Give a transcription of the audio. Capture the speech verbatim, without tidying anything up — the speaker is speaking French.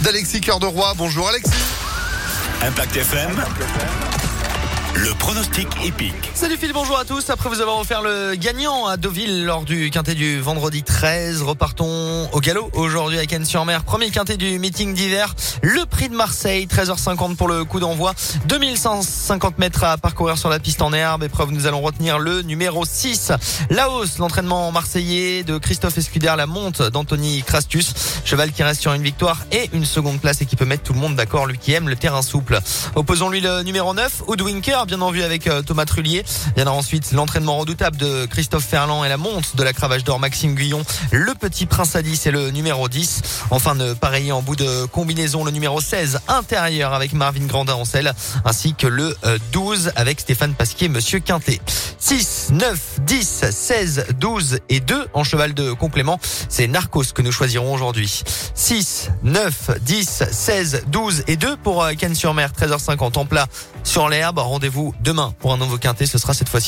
d'Alexis Cœur de Roi. Bonjour Alexis. Impact F M. Le pronostic épique. Salut Phil, bonjour à tous. Après vous avoir offert le gagnant à Deauville lors du quintet du vendredi treize, repartons au galop aujourd'hui à Cannes-sur-Mer. Premier quintet du meeting d'hiver, le prix de Marseille, treize heures cinquante pour le coup d'envoi. deux mille cent cinquante mètres à parcourir sur la piste en herbe. Épreuve, nous allons retenir le numéro six. La hausse, l'entraînement marseillais de Christophe Escudère, la monte d'Anthony Crastus. Cheval qui reste sur une victoire et une seconde place et qui peut mettre tout le monde d'accord, lui qui aime le terrain souple. Opposons-lui le numéro neuf, Hoodwinker, bien en vue avec euh, Thomas Trullier. Viendra ensuite l'entraînement redoutable de Christophe Ferland et la monte de la cravache d'or Maxime Guyon. Le petit prince à dix et le numéro dix. Enfin de pareiller en bout de combinaison le numéro seize intérieur avec Marvin Grandin en selle, ainsi que le euh, douze avec Stéphane Pasquier, Monsieur Quintet. six, neuf, dix, seize, douze et deux en cheval de complément. C'est Narcos que nous choisirons aujourd'hui. six, neuf, dix, seize, douze et deux pour euh, Cannes-sur-Mer, treize heures cinquante en plat sur l'herbe. Rendez-vous demain pour un nouveau quintet. Ce sera cette fois-ci